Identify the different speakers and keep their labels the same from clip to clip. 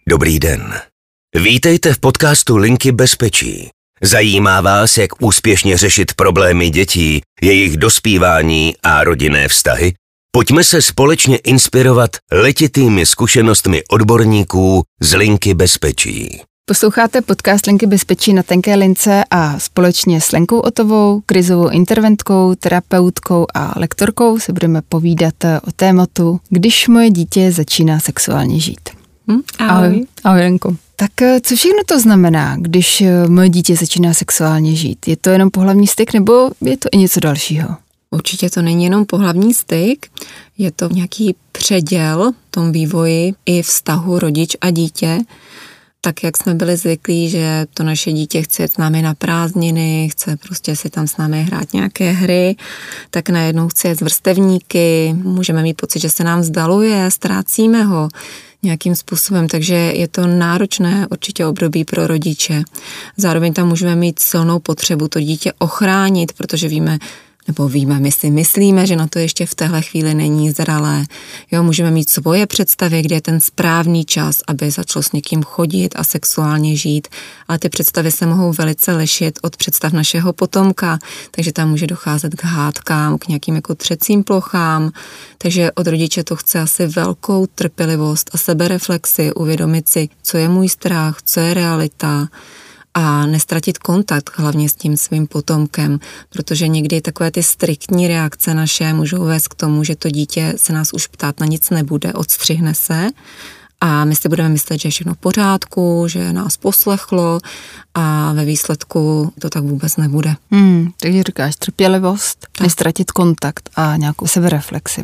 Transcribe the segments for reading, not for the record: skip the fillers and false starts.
Speaker 1: Dobrý den. Vítejte v podcastu Linky bezpečí. Zajímá vás, jak úspěšně řešit problémy dětí, jejich dospívání a rodinné vztahy? Pojďme se společně inspirovat letitými zkušenostmi odborníků z Linky bezpečí.
Speaker 2: Posloucháte podcast Linky bezpečí na tenké lince a společně s Lenkou Otovou, krizovou interventkou, terapeutkou a lektorkou se budeme povídat o tématu, když moje dítě začíná sexuálně žít.
Speaker 3: Ahoj.
Speaker 2: Ahoj, Lenko. Tak co všechno to znamená, když moje dítě začíná sexuálně žít? Je to jenom pohlavní styk nebo je to i něco dalšího?
Speaker 3: Určitě to není jenom pohlavní styk, je to nějaký předěl v tom vývoji i vztahu rodič a dítě. Tak, jak jsme byli zvyklí, že to naše dítě chce jít s námi na prázdniny, chce prostě si tam s námi hrát nějaké hry, tak najednou chce jet s vrstevníky, můžeme mít pocit, že se nám vzdaluje, ztrácíme ho nějakým způsobem, takže je to náročné určitě období pro rodiče. Zároveň tam můžeme mít silnou potřebu to dítě ochránit, protože víme, my si myslíme, že na to ještě v téhle chvíli není zralé. Jo, můžeme mít svoje představy, kde je ten správný čas, aby začalo s někým chodit a sexuálně žít, ale ty představy se mohou velice lišit od představ našeho potomka, takže tam může docházet k hádkám, k nějakým jako třecím plochám, takže od rodiče to chce asi velkou trpělivost a sebereflexi, uvědomit si, co je můj strach, co je realita, a nestratit kontakt hlavně s tím svým potomkem, protože někdy takové ty striktní reakce naše můžou vést k tomu, že to dítě se nás už ptát na nic nebude, odstřihne se a my si budeme myslet, že je všechno v pořádku, že nás poslechlo a ve výsledku to tak vůbec nebude.
Speaker 2: Takže říkáš trpělivost, nestratit kontakt a nějakou sebereflexi.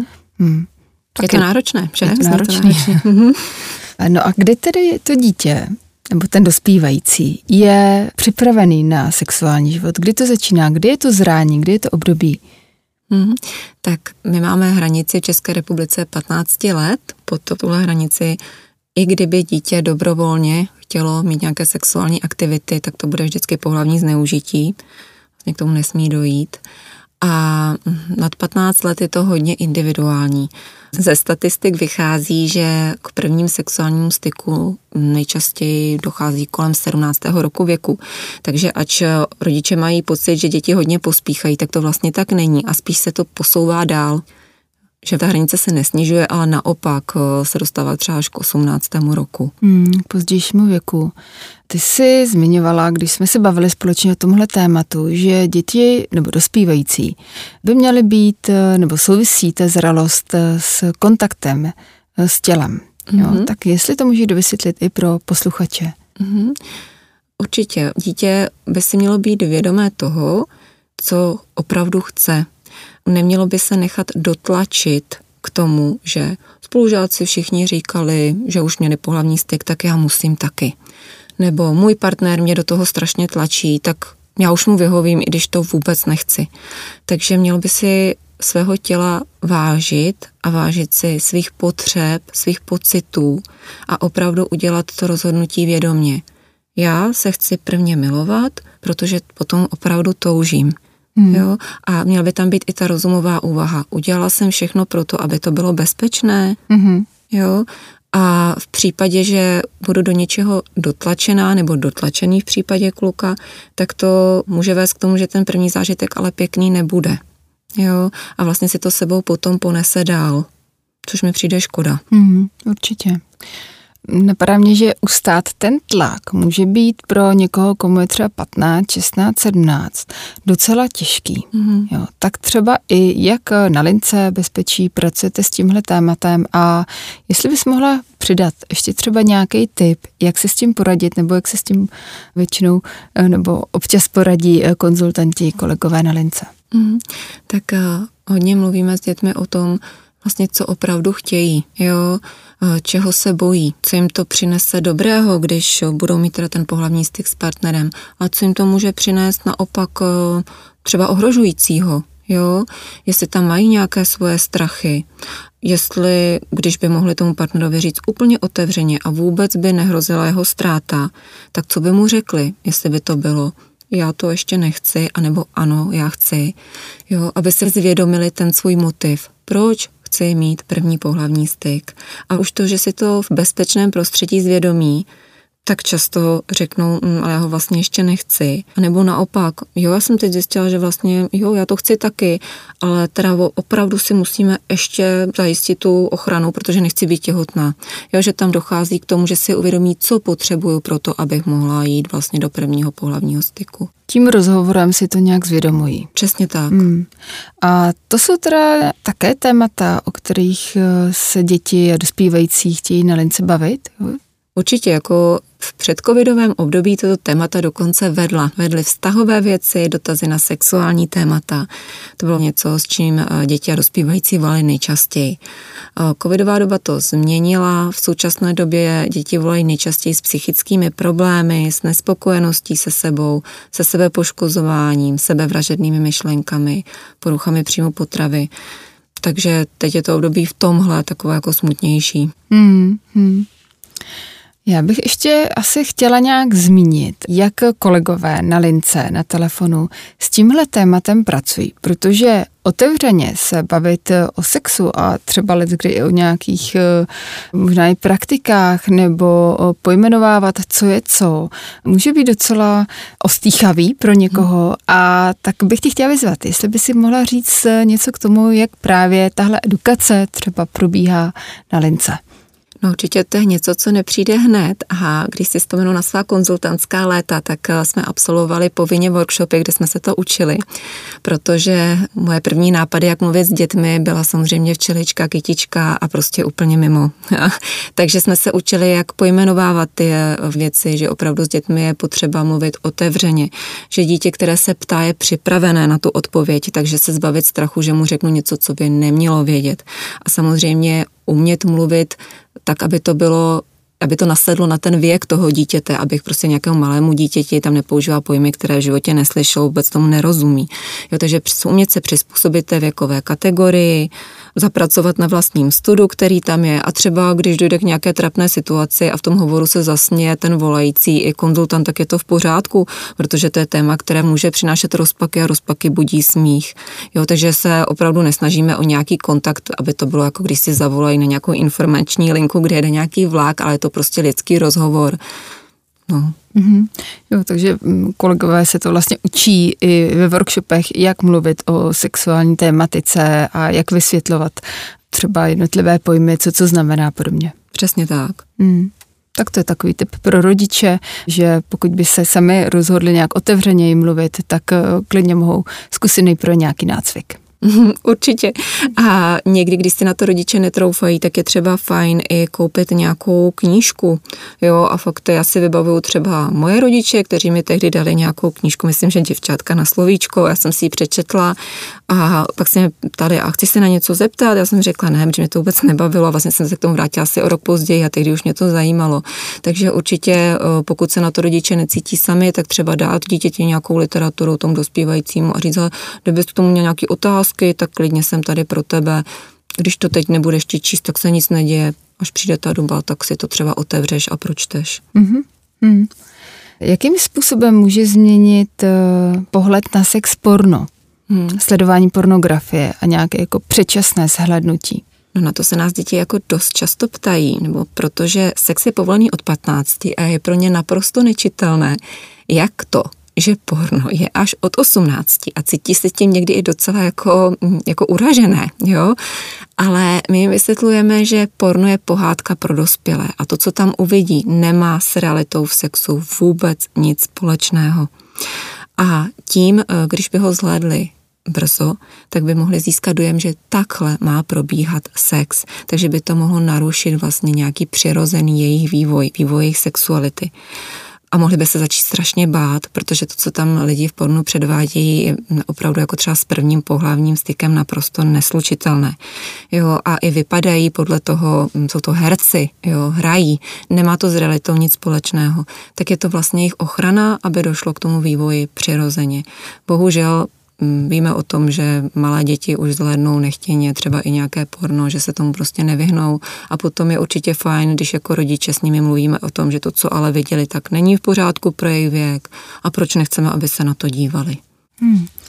Speaker 3: Je to náročné, že?
Speaker 2: Je to náročné. No a kdy tedy to dítě nebo ten dospívající je připravený na sexuální život? Kdy to začíná? Kdy je to zrání? Kdy je to období?
Speaker 3: Tak my máme hranici v České republice 15 let. Pod tuhle hranici, i kdyby dítě dobrovolně chtělo mít nějaké sexuální aktivity, tak to bude vždycky pohlavní zneužití. K tomu nesmí dojít. A nad 15 let je to hodně individuální. Ze statistik vychází, že k prvním sexuálnímu styku nejčastěji dochází kolem 17. roku věku. Takže ač rodiče mají pocit, že děti hodně pospíchají, tak to vlastně tak není a spíš se to posouvá dál. Že ta hranice se nesnižuje, ale naopak se dostává třeba až k 18. roku.
Speaker 2: K pozdějšímu věku. Ty jsi zmiňovala, když jsme se bavili společně o tomhle tématu, že děti nebo dospívající by měly být, nebo souvisí ta zralost s kontaktem s tělem. Jo? Tak jestli to můžeš dovysvětlit i pro posluchače.
Speaker 3: Určitě. Dítě by si mělo být vědomé toho, co opravdu chce. Nemělo by se nechat dotlačit k tomu, že spolužáci všichni říkali, že už měli pohlavní styk, tak já musím taky. Nebo můj partner mě do toho strašně tlačí, tak já už mu vyhovím, i když to vůbec nechci. Takže měl by si svého těla vážit a vážit si svých potřeb, svých pocitů a opravdu udělat to rozhodnutí vědomě. Já se chci prvně milovat, protože potom opravdu toužím. Jo? A měla by tam být i ta rozumová úvaha. Udělala jsem všechno pro to, aby to bylo bezpečné. Jo? A v případě, že budu do něčeho dotlačená nebo dotlačený v případě kluka, tak to může vést k tomu, že ten první zážitek ale pěkný nebude. Jo? A vlastně si to sebou potom ponese dál, což mi přijde škoda.
Speaker 2: Určitě. Napadá mě, že ustát ten tlak může být pro někoho, komu je třeba 15, 16, 17, docela těžký. Jo, tak třeba i jak na lince bezpečí pracujete s tímhle tématem a jestli bys mohla přidat ještě třeba nějaký tip, jak se s tím poradit, nebo jak se s tím většinou nebo občas poradí konzultanti, kolegové na lince.
Speaker 3: Tak hodně mluvíme s dětmi o tom, vlastně co opravdu chtějí, jo, čeho se bojí, co jim to přinese dobrého, když budou mít teda ten pohlavní styk s partnerem, a co jim to může přinést naopak třeba ohrožujícího, jo, jestli tam mají nějaké svoje strachy, jestli, když by mohli tomu partnerovi říct úplně otevřeně a vůbec by nehrozila jeho ztráta, tak co by mu řekli, jestli by to bylo, já to ještě nechci, anebo ano, já chci, jo, aby si zvědomili ten svůj motiv, proč chci mít první pohlavní styk. A už to, že si to v bezpečném prostředí zvědomí, tak často řeknou, ale já ho vlastně ještě nechci. A nebo naopak, jo, já jsem teď zjistila, že vlastně, jo, já to chci taky, ale teda opravdu si musíme ještě zajistit tu ochranu, protože nechci být těhotná. Jo, že tam dochází k tomu, že si uvědomí, co potřebuju pro to, abych mohla jít vlastně do prvního pohlavního styku.
Speaker 2: Tím rozhovorem si to nějak zvědomují.
Speaker 3: Přesně tak.
Speaker 2: A to jsou teda také témata, o kterých se děti a dospívající chtějí na lince bavit?
Speaker 3: Určitě, jako v předcovidovém období toto témata dokonce vedly vztahové věci, dotazy na sexuální témata. To bylo něco, s čím děti a dospívající volali nejčastěji. Covidová doba to změnila, v současné době děti volají nejčastěji s psychickými problémy, s nespokojeností se sebou, se sebepoškozováním, sebevražednými myšlenkami, poruchami příjmu potravy. Takže teď je to období v tomhle takové jako smutnější.
Speaker 2: Já bych ještě asi chtěla nějak zmínit, jak kolegové na lince, na telefonu s tímhle tématem pracují, protože otevřeně se bavit o sexu a třeba leckdy i o nějakých možná i praktikách nebo pojmenovávat, co je co, může být docela ostýchavý pro někoho a tak bych tě chtěla vyzvat, jestli by si mohla říct něco k tomu, jak právě tahle edukace třeba probíhá na lince.
Speaker 3: No určitě to je něco, co nepřijde hned a když si vzpomenu na svá konzultantská léta, tak jsme absolvovali povinně workshopy, kde jsme se to učili, protože moje první nápady, jak mluvit s dětmi, byla samozřejmě včelička, kytička a prostě úplně mimo. Takže jsme se učili, jak pojmenovávat ty věci, že opravdu s dětmi je potřeba mluvit otevřeně, že dítě, které se ptá, je připravené na tu odpověď, takže se zbavit strachu, že mu řeknu něco, co by nemělo vědět. A samozřejmě umět mluvit tak, aby to nasedlo na ten věk toho dítěte, abych prostě nějakému malému dítěti tam nepoužíval pojmy, které v životě neslyšel, vůbec tomu nerozumí. Jo, takže umět se přizpůsobit té věkové kategorii, zapracovat na vlastním studu, který tam je a třeba když dojde k nějaké trapné situaci a v tom hovoru se zasměje ten volající i konzultant, tak je to v pořádku, protože to je téma, které může přinášet rozpaky a rozpaky budí smích. Jo, takže se opravdu nesnažíme o nějaký kontakt, aby to bylo jako když si zavolají na nějakou informační linku, kde jede nějaký vlak, ale je to prostě lidský rozhovor. No.
Speaker 2: Jo, takže kolegové se to vlastně učí i ve workshopech, jak mluvit o sexuální tématice a jak vysvětlovat třeba jednotlivé pojmy, co znamená podobně.
Speaker 3: Přesně tak.
Speaker 2: Tak to je takový tip pro rodiče, že pokud by se sami rozhodli nějak otevřeněji mluvit, tak klidně mohou zkusit nejprve nějaký nácvik.
Speaker 3: Určitě. A někdy, když si na to rodiče netroufají, tak je třeba fajn i koupit nějakou knížku. Jo, a fakt já si vybavuju třeba moje rodiče, kteří mi tehdy dali nějakou knížku, myslím, že Děvčátka na slovíčko, já jsem si ji přečetla a pak se mě ptali, a chci se na něco zeptat, já jsem řekla ne, protože mě to vůbec nebavilo a vlastně jsem se k tomu vrátila asi o rok později a tehdy už mě to zajímalo. Takže určitě, pokud se na to rodiče necítí sami, tak třeba dát dítěti nějakou literaturu tomu dospívajícímu a říct, kdybys k tomu měl nějaký otázky, tak klidně jsem tady pro tebe. Když to teď nebudeš číst, tak se nic neděje. Až přijde ta doba, tak si to třeba otevřeš a pročteš.
Speaker 2: Jakým způsobem může změnit pohled na sex porno? Sledování pornografie a nějaké jako předčasné zhlédnutí?
Speaker 3: No na to se nás děti jako dost často ptají, nebo protože sex je povolený od 15 a je pro ně naprosto nečitelné, jak to, že porno je až od 18 a cítí se tím někdy i docela jako uražené, jo? Ale my jim vysvětlujeme, že porno je pohádka pro dospělé a to, co tam uvidí, nemá s realitou v sexu vůbec nic společného. A tím, když by ho zhlédli brzo, tak by mohli získat dojem, že takhle má probíhat sex, takže by to mohlo narušit vlastně nějaký přirozený jejich vývoj jejich sexuality. A mohli by se začít strašně bát, protože to, co tam lidi v pornu předvádějí, je opravdu jako třeba s prvním pohlavním stykem naprosto neslučitelné. Jo, a i vypadají podle toho, jsou to herci, jo, hrají, nemá to s realitou nic společného. Tak je to vlastně jejich ochrana, aby došlo k tomu vývoji přirozeně. Bohužel víme o tom, že malé děti už zhlédnou nechtěně třeba i nějaké porno, že se tomu prostě nevyhnou a potom je určitě fajn, když jako rodiče s nimi mluvíme o tom, že to, co ale viděli, tak není v pořádku pro jejich věk a proč nechceme, aby se na to dívali.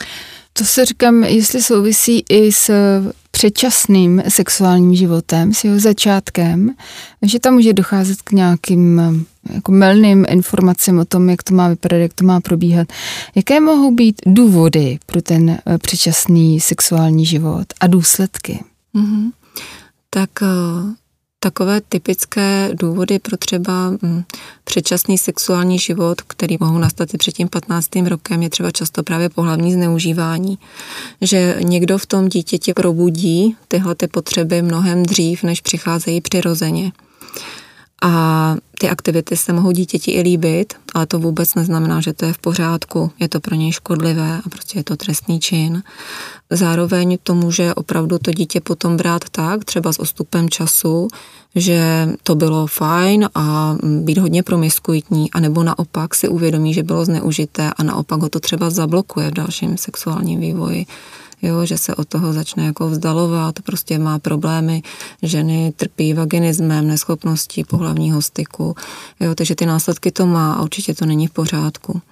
Speaker 2: To se říkám, jestli souvisí i s předčasným sexuálním životem, s jeho začátkem, že tam může docházet k nějakým jako mylným informacím o tom, jak to má vypadat, jak to má probíhat. Jaké mohou být důvody pro ten předčasný sexuální život a důsledky?
Speaker 3: Tak takové typické důvody pro třeba předčasný sexuální život, který mohou nastat i před tím 15. rokem, je třeba často právě pohlavní zneužívání. Že někdo v tom dítěti probudí tyhle ty potřeby mnohem dřív, než přicházejí přirozeně. A ty aktivity se mohou dítěti i líbit, ale to vůbec neznamená, že to je v pořádku. Je to pro něj škodlivé a prostě je to trestný čin. Zároveň to může opravdu to dítě potom brát tak, třeba s odstupem času, že to bylo fajn a být hodně promiskuitní, anebo naopak si uvědomí, že bylo zneužité a naopak ho to třeba zablokuje v dalším sexuálním vývoji. Jo, že se od toho začne jako vzdalovat, prostě má problémy, ženy trpí vaginismem, neschopností pohlavního styku, jo, takže ty následky to má a určitě to není v pořádku.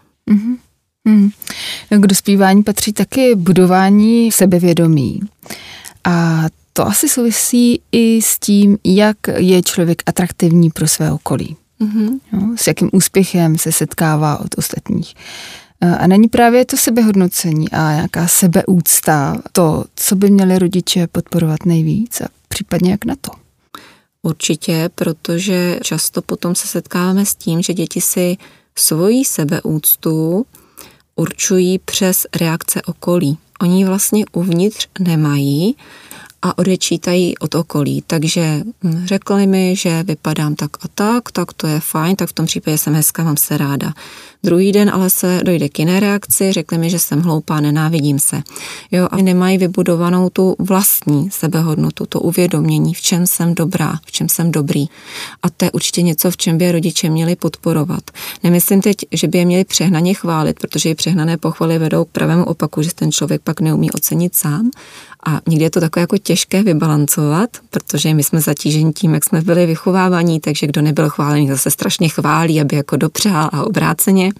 Speaker 2: K dospívání patří taky budování sebevědomí a to asi souvisí i s tím, jak je člověk atraktivní pro své okolí. Jo, s jakým úspěchem se setkává od ostatních. A není právě to sebehodnocení a nějaká sebeúcta to, co by měli rodiče podporovat nejvíc a případně jak na to?
Speaker 3: Určitě, protože často potom se setkáváme s tím, že děti si svoji sebeúctu určují přes reakce okolí. Oni vlastně uvnitř nemají a odečítají od okolí. Takže řekli mi, že vypadám tak a tak to je fajn, tak v tom případě jsem hezká, mám se ráda. Druhý den ale se dojde k jiné reakci, řekli mi, že jsem hloupá, nenávidím se. Jo, a nemají vybudovanou tu vlastní sebehodnotu, to uvědomění, v čem jsem dobrá, v čem jsem dobrý. A to je určitě něco, v čem by rodiče měli podporovat. Nemyslím teď, že by je měli přehnaně chválit, protože i přehnané pochvaly vedou k pravému opaku, že ten člověk pak neumí ocenit sám. A někdy je to takové jako těžké vybalancovat, protože my jsme zatíženi tím, jak jsme byli vychovávaní, takže kdo nebyl chválený, zase strašně chválí, aby jako dopřál a obráceně.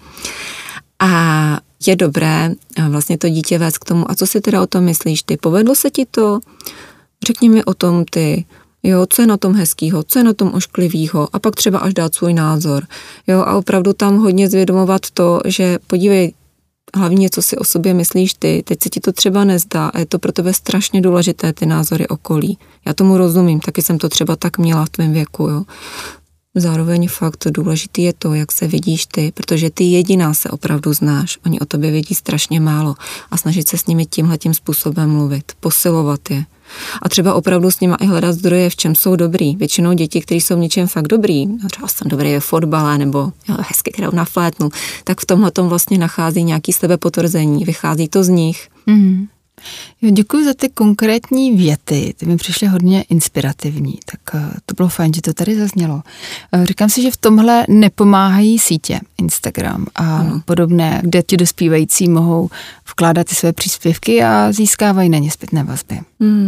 Speaker 3: A je dobré vlastně to dítě vést k tomu, a co si teda o tom myslíš ty? Povedlo se ti to? Řekni mi o tom ty. Jo, co je na tom hezkýho, co je na tom ošklivýho a pak třeba až dát svůj názor. Jo, a opravdu tam hodně zvědomovat to, že podívej, hlavně, co si o sobě myslíš ty, teď se ti to třeba nezdá a je to pro tebe strašně důležité, ty názory okolí. Já tomu rozumím, taky jsem to třeba tak měla v tvém věku, jo. Zároveň fakt důležitý je to, jak se vidíš ty, protože ty jediná se opravdu znáš, oni o tobě vědí strašně málo a snažit se s nimi tímhletím způsobem mluvit, posilovat je. A třeba opravdu s nima i hledat zdroje, v čem jsou dobrý. Většinou děti, kteří jsou v něčem fakt dobrý, třeba jsem dobrý ve fotbale nebo hezky hraju na flétnu, tak v tomhletom vlastně nachází nějaký sebepotvrzení, vychází to z nich.
Speaker 2: Jo, děkuji za ty konkrétní věty, ty mi přišly hodně inspirativní, tak to bylo fajn, že to tady zaznělo. Říkám si, že v tomhle nepomáhají sítě, Instagram a podobné, kde ti dospívající mohou vkládat ty své příspěvky a získávají na ně zpětné vazby.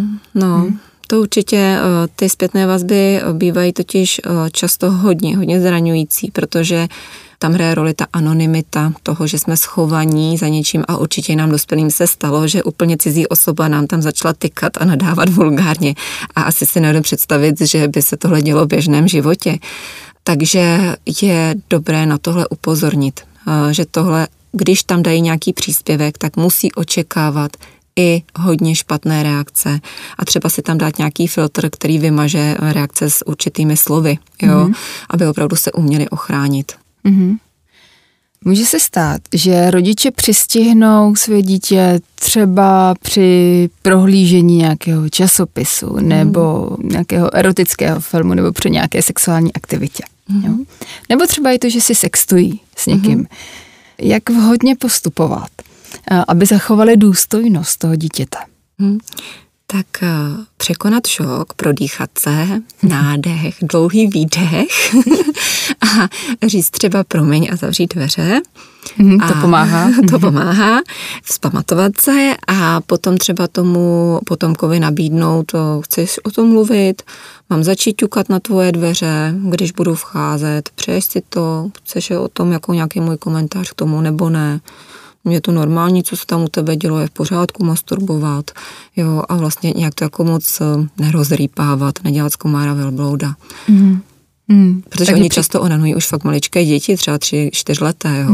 Speaker 3: To určitě, ty zpětné vazby bývají totiž často hodně zraňující, protože tam hraje roli ta anonymita toho, že jsme schovaní za něčím a určitě nám dospělým se stalo, že úplně cizí osoba nám tam začala tykat a nadávat vulgárně a asi si nedovedu představit, že by se tohle dělo v běžném životě. Takže je dobré na tohle upozornit, že tohle, když tam dají nějaký příspěvek, tak musí očekávat i hodně špatné reakce a třeba si tam dát nějaký filtr, který vymaže reakce s určitými slovy, jo, aby opravdu se uměli ochránit.
Speaker 2: Může se stát, že rodiče přistihnou své dítě třeba při prohlížení nějakého časopisu nebo nějakého erotického filmu nebo při nějaké sexuální aktivitě. Jo? Nebo třeba i to, že si sextují s někým. Jak vhodně postupovat, aby zachovali důstojnost toho dítěte?
Speaker 3: Tak překonat šok, prodýchat se, nádech, dlouhý výdech a říct třeba promiň a zavřít dveře.
Speaker 2: To pomáhá.
Speaker 3: To pomáhá, vzpamatovat se a potom třeba tomu potomkovi nabídnout, chceš o tom mluvit, mám začít ťukat na tvoje dveře, když budu vcházet, přeješ si to, chceš o tom jako nějaký můj komentář k tomu nebo ne. je to normální, co se tam u tebe dělo, je v pořádku masturbovat, jo, a vlastně nějak to jako moc nerozrýpávat, nedělat z komára velblouda. Protože oni často onanují už fakt maličké děti, třeba 3-4 leté, jo.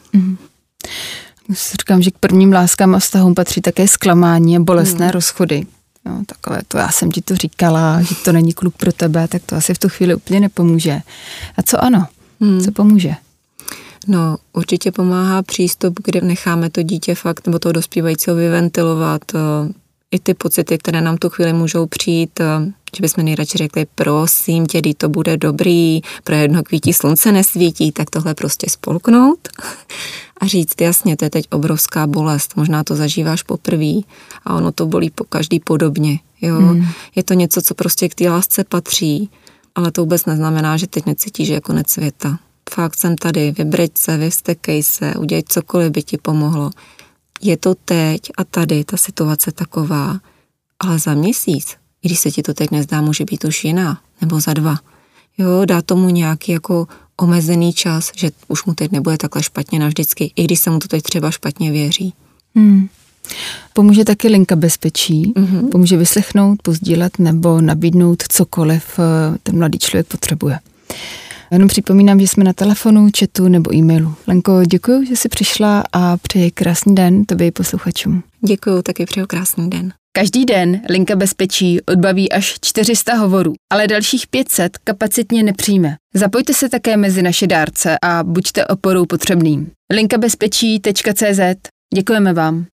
Speaker 2: Říkám, že k prvním láskám a vztahům patří také zklamání a bolestné rozchody. Jo, takové to, já jsem ti to říkala, že to není kluk pro tebe, tak to asi v tu chvíli úplně nepomůže. A co ano? Co pomůže?
Speaker 3: No, určitě pomáhá přístup, kde necháme to dítě fakt, nebo toho dospívajícího vyventilovat i ty pocity, které nám tu chvíli můžou přijít, že bychom nejradši řekli, prosím tě, to bude dobrý, pro jedno kvítí slunce nesvítí, tak tohle prostě spolknout a říct, jasně, to je teď obrovská bolest, možná to zažíváš poprvé a ono to bolí po každý podobně, jo. Je to něco, co prostě k té lásce patří, ale to vůbec neznamená, že teď necítíš, že je konec světa. Fakt jsem tady, vybreď se, vyvstekej se, udělej cokoliv by ti pomohlo. Je to teď a tady ta situace taková, ale za měsíc, i když se ti to teď nezdá, může být už jiná, nebo za 2. Jo, dá tomu nějaký jako omezený čas, že už mu teď nebude takhle špatně navždycky, i když se mu to teď třeba špatně věří.
Speaker 2: Pomůže taky linka bezpečí, pomůže vyslechnout, pozdílet nebo nabídnout cokoliv ten mladý člověk potřebuje. Jenom připomínám, že jsme na telefonu, chatu nebo e-mailu. Lenko, děkuji, že jsi přišla a přeji krásný den tobě i posluchačům.
Speaker 3: Děkuji, taky přeju krásný den.
Speaker 2: Každý den linka bezpečí odbaví až 400 hovorů, ale dalších 500 kapacitně nepřijme. Zapojte se také mezi naše dárce a buďte oporou potřebným. linkabezpečí.cz. Děkujeme vám.